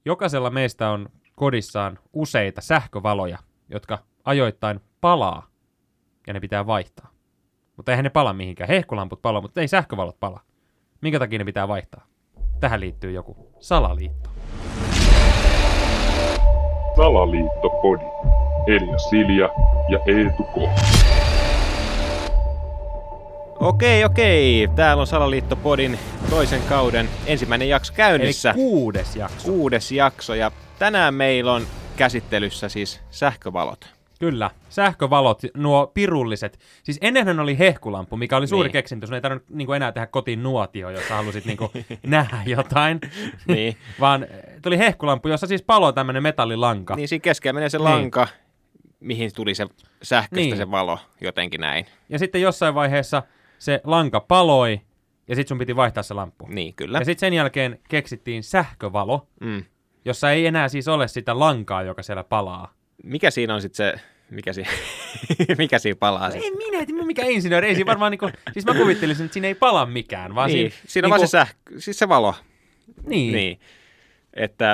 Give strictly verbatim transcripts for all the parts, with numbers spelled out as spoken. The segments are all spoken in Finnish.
Jokaisella meistä on kodissaan useita sähkövaloja, jotka ajoittain palaa, ja ne pitää vaihtaa. Mutta eihän ne pala mihinkään. Hehkulamput palaa, mutta ei sähkövalot pala. Minkä takia ne pitää vaihtaa? Tähän liittyy joku salaliitto. Salaliittopodi. Elia Silja ja Eetu K. Okei, okei. Täällä on Salaliittopodin toisen kauden ensimmäinen jakso käynnissä. Eli kuudes jakso. Kuudes jakso. Ja tänään meillä on käsittelyssä siis sähkövalot. Kyllä, sähkövalot, nuo pirulliset. Siis ennenhän oli hehkulampu, mikä oli suuri niin. keksintö. Sun ei tarvinnut niin kuin enää tehdä kotiin nuotio, jos halusit niin kuin nähdä jotain. Niin. Vaan tuli hehkulampu, jossa siis paloi tämmöinen metallilanka. Niin siinä keskellä menee se niin. lanka, mihin tuli se sähköstä niin. se valo, jotenkin näin. Ja sitten jossain vaiheessa se lanka paloi, ja sitten sun piti vaihtaa se lamppu. Niin, kyllä. Ja sitten sen jälkeen keksittiin sähkövalo, Mm. jossa ei enää siis ole sitä lankaa, joka siellä palaa. Mikä siinä on sitten se, mikä, si- mikä siinä palaa sitten? Ei minä, et mikä insinööri, ei siinä varmaan niinku, siis mä kuvittelisin, että siinä ei pala mikään, vaan Niin, siinä, siinä on niinku, vaan se sähkö, siis se valo. Niin. Niin, että...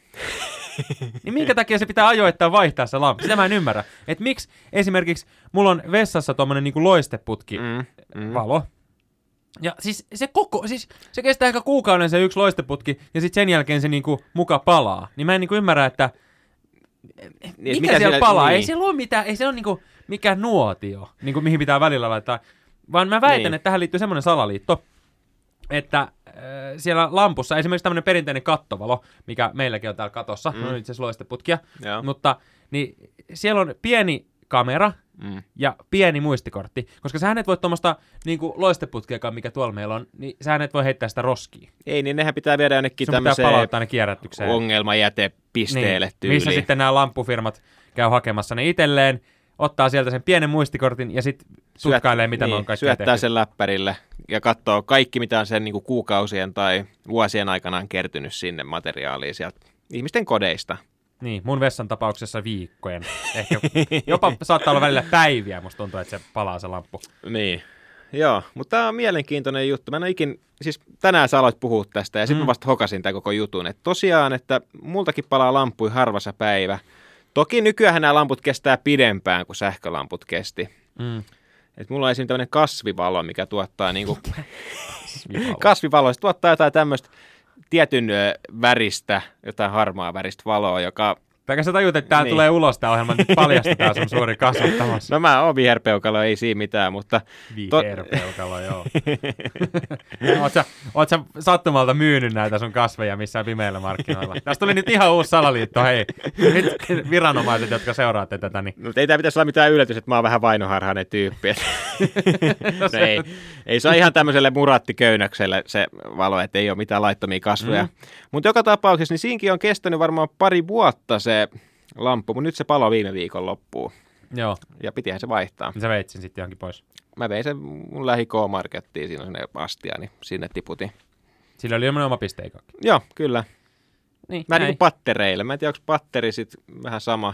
Niin minkä takia se pitää ajoittaa vaihtaa se lamppu? Sitä mä en ymmärrä. Että miksi esimerkiksi mulla on vessassa tommonen niinku loisteputki Mm, mm. valo. Ja siis se koko, siis se kestää ehkä kuukauden se yksi loisteputki, ja sitten sen jälkeen se niinku muka palaa. Niin mä en niinku ymmärrä, että Niin, mikä mitä siellä palaa? niin. Ei siellä ole mitään, ei se ole niinku mikään nuotio, niinku mihin pitää välillä laittaa. Vaan mä väitän, Niin. että tähän liittyy semmoinen salaliitto, että äh, siellä lampussa, esimerkiksi tämmöinen perinteinen kattovalo, mikä meilläkin on täällä katossa, mm. on itse asiassa loisteputkia, Joo. mutta niin siellä on pieni kamera Mm. ja pieni muistikortti, koska sähän et voi tuommoista niinku loisteputkiakaan, mikä tuolla meillä on, niin sähän et voi heittää sitä roskiin. Ei, niin nehän pitää viedä jonnekin Sun pitää tämmöiseen palauttaa ne kierrätykseen. ongelmajätepisteelle Niin, tyyliin. missä sitten nämä lamppufirmat käy hakemassa ne itselleen, ottaa sieltä sen pienen muistikortin ja sitten tutkailee, mitä niin, me on kaikkea syöttää tehty. sen läppärille ja katsoo kaikki, mitä on sen niin kuin kuukausien tai vuosien aikana on kertynyt sinne materiaaliin sieltä ihmisten kodeista. Niin, mun vessan tapauksessa viikkojen. Ehkä jopa saattaa olla välillä päiviä, musta tuntuu, että se palaa se lamppu. Niin, joo, mutta tämä on mielenkiintoinen juttu. Mä en ole ikin, siis tänään sä aloit puhua tästä ja sitten Mm. mä vasta hokasin tämän koko jutun. Että tosiaan, että multakin palaa lampui harvassa päivä. Toki nykyään nämä lamput kestää pidempään kuin sähkölamput kesti. Mm. Et mulla on esimerkiksi tämmöinen kasvivalo, mikä tuottaa niinku... Kasvivalo. kasvivalo, se tuottaa jotain tämmöistä tietyn ö, väristä, jotain harmaa väristä valoa, joka... Päikä sä tajut, että tää Niin. tulee ulos tää ohjelma, nyt paljastetaan sun suuri kasvattamas. No mä oon viherpeukalo, ei siinä mitään, mutta... Viherpeukalo, joo. oot, sä, oot sä sattumalta myynyt näitä sun kasveja missään pimeillä markkinoilla? Tästä tuli nyt ihan uusi salaliitto, hei. Nyt viranomaiset, jotka seuraatte tätä, niin... No, ei tää pitäisi olla mitään yllätys, että mä oon vähän vainoharhainen tyyppi. no, ei, ei se ole ihan tämmöiselle murattiköynnökselle se valo, että ei ole mitään laittomia kasvoja. Mm. Mutta joka tapauksessa, niin siinkin on kestänyt varmaan pari vuotta se lamppu, mutta nyt se palo viime viikon loppuun. Joo, Ja pitihän se vaihtaa. sä veit sen sitten johonkin pois. Mä vein sen mun lähi K-markettiin, siinä on sinne astia, niin sinne tiputin. Sillä oli ilman oma pisteikakki. Joo, kyllä. Niin, Vähän näin. niin kuin pattereille. Mä en tiedä, onko patteri sit vähän sama.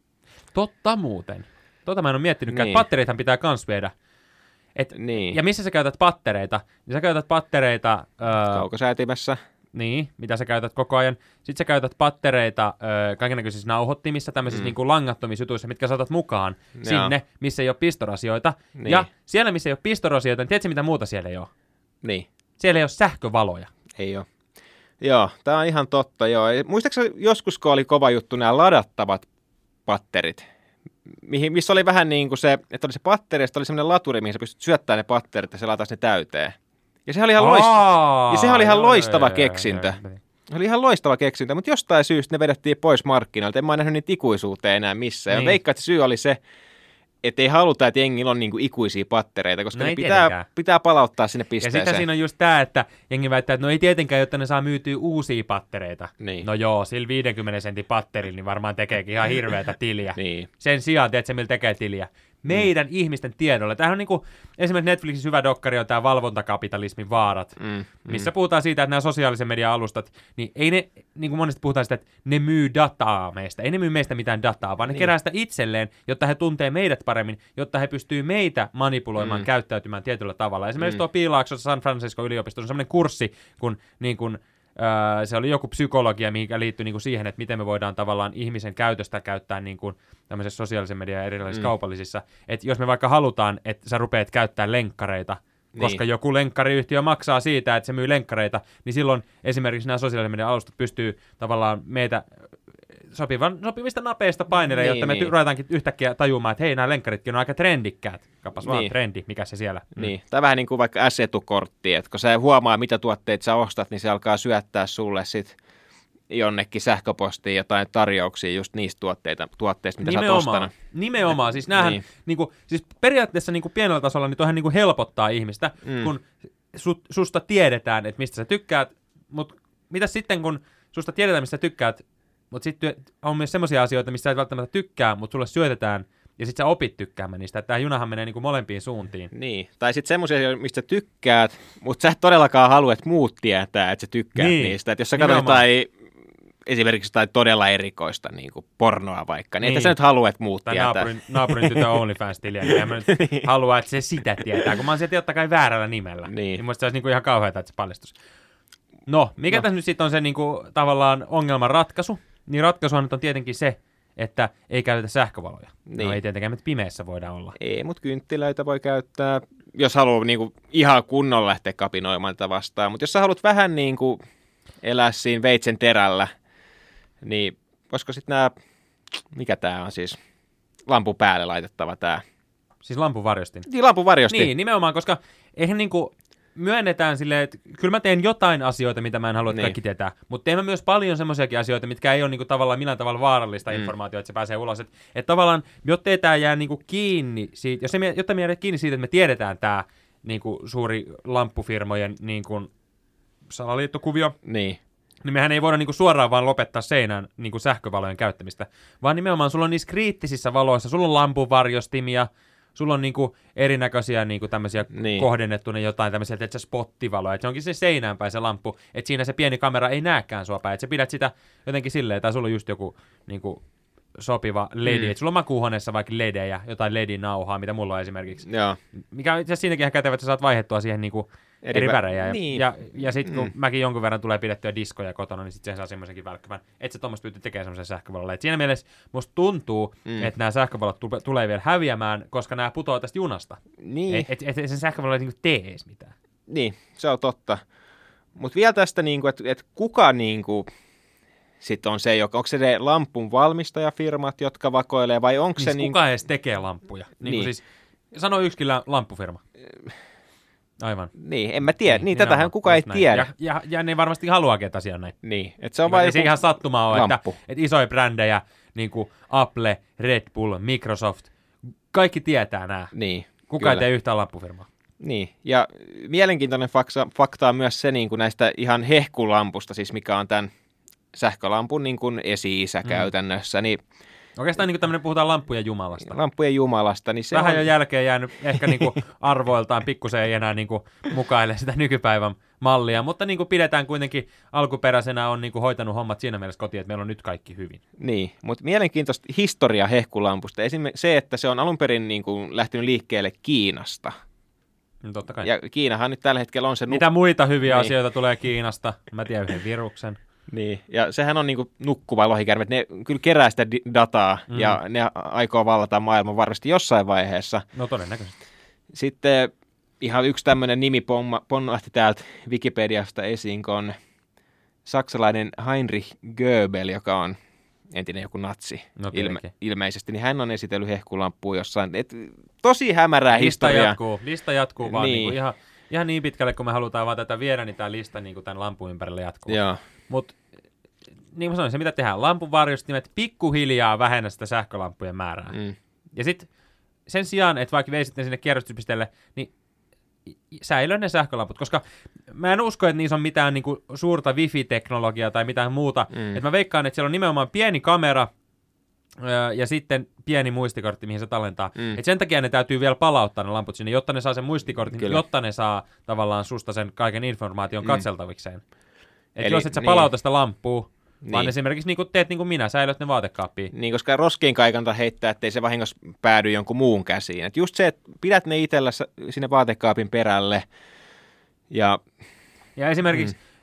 Totta muuten. Tota mä en ole miettinytkään, Niin. että pattereithan pitää kans viedä. Et, Niin. ja missä sä käytät pattereita? Niin sä käytät pattereita... Öö, Kaukosäätimessä. Niin, mitä sä käytät koko ajan. Sitten sä käytät pattereita öö, kaikennäköisissä nauhoittimissa, tämmöisissä mm. niin kuin langattomissa jutuissa, mitkä saatat mukaan Joo. sinne, missä ei ole pistorasioita. Niin. Ja siellä, missä ei ole pistorasioita, niin tiedätkö mitä muuta siellä ei ole? Niin, Siellä ei ole sähkövaloja. ei ole. Joo, tää on ihan totta, joo. Muistaakseni joskus, kun oli kova juttu nämä ladattavat patterit, mihin, missä oli vähän niin kuin se, että oli se patteri, ja sitten oli semmoinen laturi, mihin sä pystyt syöttämään ne patterit, ja se lataisi ne täyteen. Ja sehän oli ihan, loist... Aa, ja sehän oli ihan joo, loistava joo, keksintö. joo, joo. Se oli ihan loistava keksintö, mutta jostain syystä ne vedettiin pois markkinoilta. En mä nähnyt niitä ikuisuuteen enää missään. Niin. Ja veikkaan, että se syy oli se, että ei haluta, että jengillä on niinku ikuisia pattereita, koska No ne ei pitää, tietenkään. pitää palauttaa sinne Ja pisteeseen. sitten siinä on just tää, että jengi väittää, että no ei tietenkään, jotta ne saa myytyä uusia pattereita. Niin. No joo, sillä viidenkymmenen sentin patterilla niin varmaan tekeekin ihan hirveätä tiliä. Niin. Sen sijaan, tiedätkö se, millä tekee tiliä? Meidän mm. ihmisten tiedolla. Tämähän on niinku, esimerkiksi Netflixissä hyvä dokkari on tämä valvontakapitalismin vaarat, Mm, mm. missä puhutaan siitä, että nämä sosiaalisen median alustat, niin ei ne, niin kuin monesti puhutaan sitä, että ne myy dataa meistä. Ei ne myy meistä mitään dataa, vaan ne Niin. kerää sitä itselleen, jotta he tuntee meidät paremmin, jotta he pystyy meitä manipuloimaan, Mm. käyttäytymään tietyllä tavalla. Esimerkiksi Mm. tuo Piilaaksossa San Francisco yliopistossa on sellainen kurssi, kun niin kuin öö, se oli joku psykologia, mikä liittyi niin kuin siihen, että miten me voidaan tavallaan ihmisen käytöstä käyttää niin kuin tämmöisessä sosiaalisen median ja erilaisissa mm. kaupallisissa. Että jos me vaikka halutaan, että sä rupeat käyttämään lenkkareita, koska niin. joku lenkkariyhtiö maksaa siitä, että se myy lenkkareita, niin silloin esimerkiksi nämä sosiaalisen median alustat pystyy tavallaan meitä sopivan, sopivista napeista paineille, niin, jotta me niin. ruvetaankin yhtäkkiä tajumaan, että hei, nämä lenkkaritkin on aika trendikkäät. Kapas niin. vaan trendi, mikä se siellä. Niin. Mm. Tai vähän niin kuin vaikka S-etukortti, että kun sä huomaa, mitä tuotteita sä ostat, niin se alkaa syöttää sulle sit jonnekin sähköpostiin jotain tarjouksia just niistä tuotteita, tuotteista, mitä Nimenomaan. sä oot ostanut. Nimenomaan. Siis, näähän, niin. Niin kuin, siis periaatteessa niin kuin pienellä tasolla niin toihan niin kuin helpottaa ihmistä, mm. kun su, susta tiedetään, että mistä sä tykkäät, mutta mitä sitten, kun susta tiedetään, mistä sä tykkäät, mutta sitten on myös semmoisia asioita, mistä sä et välttämättä tykkää, mutta sulle syötetään, ja sitten sä opit tykkäämään niistä. Että tämä junahan menee niin kuin molempiin suuntiin. Niin, tai sitten semmoisia asioita, mistä sä tykkäät, mutta sä et todellakaan halua, että muut tietää, että sä tykkäät niin. niistä. Että jos sä katsot jotain, esimerkiksi jotain todella erikoista, niin kuin pornoa vaikka, niin, niin. et sä nyt halua, että muut tai tietää. Tai naapurin, naapurin tytön OnlyFans-tiliä, niin mä nyt niin. halua, että se sitä tietää, kun mä oon sieltä totta kai väärällä nimellä. Niin. Niin musta se olisi niin kuin ihan kauheata, että se paljastus. No, mikä no. tässä nyt sitten on se niin kuin, tavallaan ongelman ratkaisu? Niin ratkaisuhan nyt on tietenkin se, että ei käytetä sähkövaloja. Niin. No ei tietenkään, että pimeässä voidaan olla. Ei, mutta kynttilöitä voi käyttää, jos haluaa niin kuin, ihan kunnolla lähteä kapinoimaan tätä vastaan. Mutta jos sä haluat vähän niin kuin, elää siinä veitsen terällä, niin voisiko sitten nämä, mikä tämä on siis, lampun päälle laitettava tämä? Siis lampun varjostin. Niin, lampun varjostin. Niin, nimenomaan, koska eihän niinku myönnetään silleen, että kyllä mä teen jotain asioita, mitä mä en halua, että niin. kaikki tietää, mutta teen mä myös paljon semmoisiakin asioita, mitkä ei ole niinku tavallaan millään tavalla vaarallista mm. informaatiota, että se pääsee ulos. Että et tavallaan, jottei tää jää niinku kiinni siitä, jos ei, jotta me jää kiinni siitä, että me tiedetään tää niinku suuri lamppufirmojen niinku salaliittokuvio, niin. niin mehän ei voida niinku suoraan vaan lopettaa seinään niinku sähkövalojen käyttämistä, vaan nimenomaan sulla on niissä kriittisissä valoissa, sulla on lampunvarjostimia, sulla on niinku erinäköisiä niinku tämmöisiä niin. kohdennettuna jotain tämmöisiä, että se spottivaloja, että se onkin se seinään päin se lamppu, että siinä se pieni kamera ei näekään sua päin, että sä pidät sitä jotenkin silleen, tai sulla on just joku niinku sopiva L E D, mm. että sulla on makuuhuoneessa vaikka L E Dejä, jotain L E D-nauhaa, mitä mulla on esimerkiksi. Joo. Mikä on itse asiassa siinäkin ihan kätevä, että sä saat vaihdettua siihen niinku eri, eri värejä. Ja, niin. ja, ja sitten kun mm. mäkin jonkun verran tulee pidettyä diskoja kotona, niin sitten se saa semmoisenkin välkkyvän, että se tuommoista pyytyy tekemään semmoisen sähkövalolle. Et siinä mielessä musta tuntuu, mm. että nämä sähkövalot tu- tulee vielä häviämään, koska nämä putoaa tästä junasta. Niin. Että et, et sen sähkövalolle ei niinku tee edes mitään. Niin, se on totta. Mutta vielä tästä, niinku, että et kuka niinku, sitten on se, joka, onko se ne lampun valmistajafirmat, jotka vakoilee, vai onko niin, se... Niin, kuka edes tekee lamppuja? Niin, niin. Siis, sano yksikin lamppufirma. Aivan. Niin, en mä tiedä. Niin, niin tätähän kukaan ei näin. tiedä. Ja, ja, ja ne varmasti haluaakin, että asia on näin. Niin, että se on vain joku... ihan sattumaa on, että, lamppu. että isoja brändejä, niin kuin Apple, Red Bull, Microsoft, kaikki tietää nämä. Niin, kukaan ei tee yhtään lamppufirmaa. Niin, ja mielenkiintoinen fakta, fakta on myös se niin kuin näistä ihan hehkulampusta, siis mikä on tämän sähkölampun niin kuin esi-isä mm. käytännössä, niin oikeastaan niin kuin tämmöinen puhutaan lamppujen jumalasta. Lamppujen jumalasta. Niin se vähän on... jo jälkeen jäänyt ehkä niin kuin arvoiltaan, pikkusen ei enää niin kuin mukaile sitä nykypäivän mallia, mutta niin kuin pidetään kuitenkin alkuperäisenä on niin kuin hoitanut hommat siinä mielessä kotiin, että meillä on nyt kaikki hyvin. Niin, mutta mielenkiintoista historia hehkulampusta. Esimerkiksi se, että se on alun perin niin kuin lähtenyt liikkeelle Kiinasta. No, totta kai. Ja Kiinahan nyt tällä hetkellä on se... Mitä nuk- muita hyviä niin. asioita tulee Kiinasta? Mä tiedän yhden viruksen. Niin, ja sehän on niinku nukkuva lohikärme, että ne kyllä kerää sitä di- dataa mm. ja ne aikoo vallata maailman varmasti jossain vaiheessa. No todennäköisesti. Sitten ihan yksi tämmöinen nimi ponnahti täältä Wikipediasta esiin, kun on saksalainen Heinrich Goebel, joka on entinen joku natsi no, ilme- ilmeisesti, niin hän on esitellyt hehkulampua jossain. Et, tosi hämärää lista historiaa. Jatkuu, lista jatkuu vaan niin. Niin kuin ihan, ihan niin pitkälle, kun me halutaan vaan tätä viedä, niin tämä lista niin kuin tämän lampun ympärillä jatkuu. Joo. Mutta niin kuin sanoin, se mitä tehdään, lampun varjostimet pikkuhiljaa vähennä sitä sähkölampujen määrää. Mm. Ja sitten sen sijaan, että vaikka veisit ne sinne kierrätyspisteelle, niin säilöä ne sähkölamput, koska mä en usko, että niissä on mitään niin kuin suurta wifi-teknologiaa tai mitään muuta. Mm. Et mä veikkaan, että siellä on nimenomaan pieni kamera öö, ja sitten pieni muistikortti, mihin se tallentaa. Mm. Et sen takia ne täytyy vielä palauttaa ne lamput sinne, jotta ne saa sen muistikortin, Kyllä. jotta ne saa tavallaan susta sen kaiken informaation mm. katseltavikseen. Et Eli, jos et sä niin. palauta sitä lamppua, niin. vaan esimerkiksi niin teet niin kuin minä, säilöt ne vaatekaappiin. Niin, koska roskiin kaikanta heittää, ettei se vahingossa päädy jonkun muun käsiin. Et just se, että pidät ne itsellä sinne vaatekaapin perälle. Ja, ja esimerkiksi mm.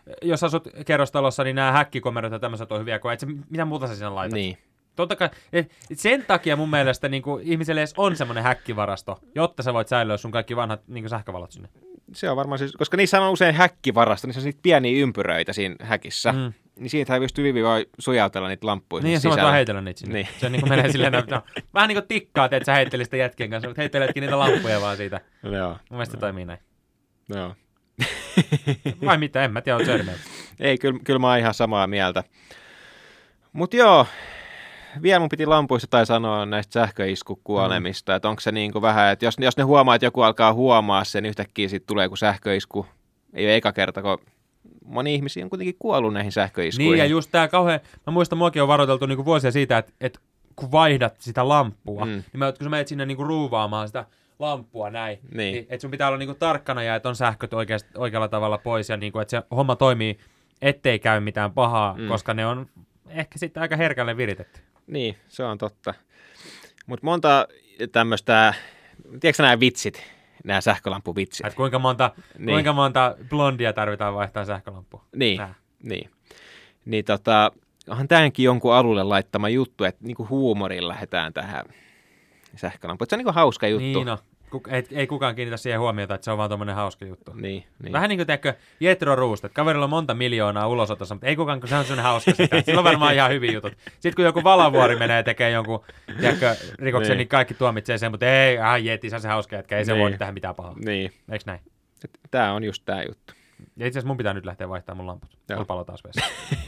jos asut kerrostalossa, niin nämä häkkikomerot ja tämmöiset on hyviä, kun et sä, mitä muuta sä sinne laitat. Niin. Totta kai, et sen takia mun mielestä niin kuin, ihmiselle edes on semmoinen häkkivarasto, jotta sä voit säilyä sun kaikki vanhat niin kuin sähkövalot sinne. Se on varmaan siis, koska niissä on usein häkkivarasto, niin se on niitä pieniä ympyröitä siinä häkissä. Mm. Niin siitä ei pystyy Vivi voi sujautella niitä lamppuja. Niin, ja sä voit vaan heitellä niitä sinne. Niin. Se niin kuin menee silleen, no, vähän niin kuin tikkaat, että sä heittelisit jätkien kanssa, mutta heitteletkin niitä lamppuja vaan siitä. Joo. Mun mielestä se toimii näin. Joo. Vai mitä, en mä tiedä, on sörmeä. Ei, kyllä, kyllä mä oon ihan samaa mieltä. Mut joo, vielä mun piti lampuista tai sanoa näistä sähköiskukuolemista, mm. että onko se niin kuin vähän, että jos, jos ne huomaa, että joku alkaa huomaa sen, niin yhtäkkiä siitä tulee joku sähköisku. Ei ole eka kerta, kun moni ihmisiä on kuitenkin kuollut näihin sähköiskuihin. Niin, ja just tää kauhean, mä muistan, muakin on varoiteltu niinku vuosia siitä, että, että kun vaihdat sitä lamppua, mm. niin mä, kun sä menet sinne niinku ruuvaamaan sitä lamppua näin, niin. Niin, että sun pitää olla niinku tarkkana ja että on sähköt oikeasti, oikealla tavalla pois ja niinku, että se homma toimii, ettei käy mitään pahaa, mm. koska ne on ehkä sitten aika herkälle viritetty. Niin, se on totta. Mutta monta tämmöistä, tiedätkö nämä vitsit, nämä sähkölampuvitsit? Et kuinka monta, niin. kuinka monta blondia tarvitaan vaihtaa sähkölampua? Niin, Nää. niin. Niin tota, onhan tämänkin jonkun alulle laittama juttu, että niinku huumorin lähdetään tähän sähkölampuun. Se on niinku hauska juttu. Niin no, ei, ei kukaan kiinnitä siihen huomiota, että se on vaan tommonen hauska juttu. Niin, niin. Vähän niin kuin teekö Jetro Roos, että kaverilla on monta miljoonaa ulosotossa, mutta ei kukaan, kun se on sellainen hauska sitä. Sillä on varmaan ihan hyviä jutut. Sitten kun joku Valavuori menee tekemään jonkun tiedätkö, rikoksen, niin. niin kaikki tuomitsee sen, mutta ei, ah Jeti, se on se hauska jätkä, ei se niin. voi tehdä mitään pahaa. Niin. Eiks näin? Tää on just tää juttu. Ja itse asiassa mun pitää nyt lähteä vaihtamaan mun lamput. Mulla palo taas vessa.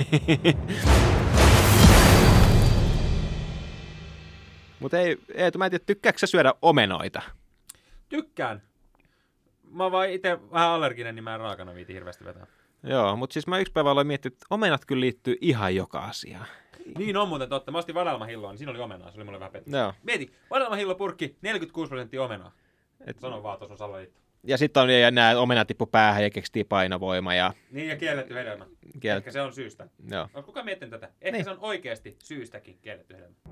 Mutta ei, Eetu, mä en tiedä, tykkääkö sä syödä omenoita? Tykkään. Mä oon vaan itse vähän allerginen, niin mä en raakana viiti hirveästi vetää. Joo, mutta siis mä yksi päivä aloin miettiä, että omenat kyllä liittyy ihan joka asiaan. Niin on muuten totta. Mä ostin vadelmahilloa, niin siinä oli omenaa. Se oli mulle vähän pettymys. Joo. Mieti, vadelmahillopurkki, neljäkymmentäkuusi prosenttia omenaa. Et... Sano vaan tuossa on salaliitto. Ja sitten on nämä omenat tippu päähän ja keksittiin painovoima. Ja... Niin, ja kielletty hedelmä. Kiellet... Ehkä se on syystä. Joo. Onko kukaan miettinyt tätä? Ehkä niin. se on oikeasti syystäkin kielletty hedelmä.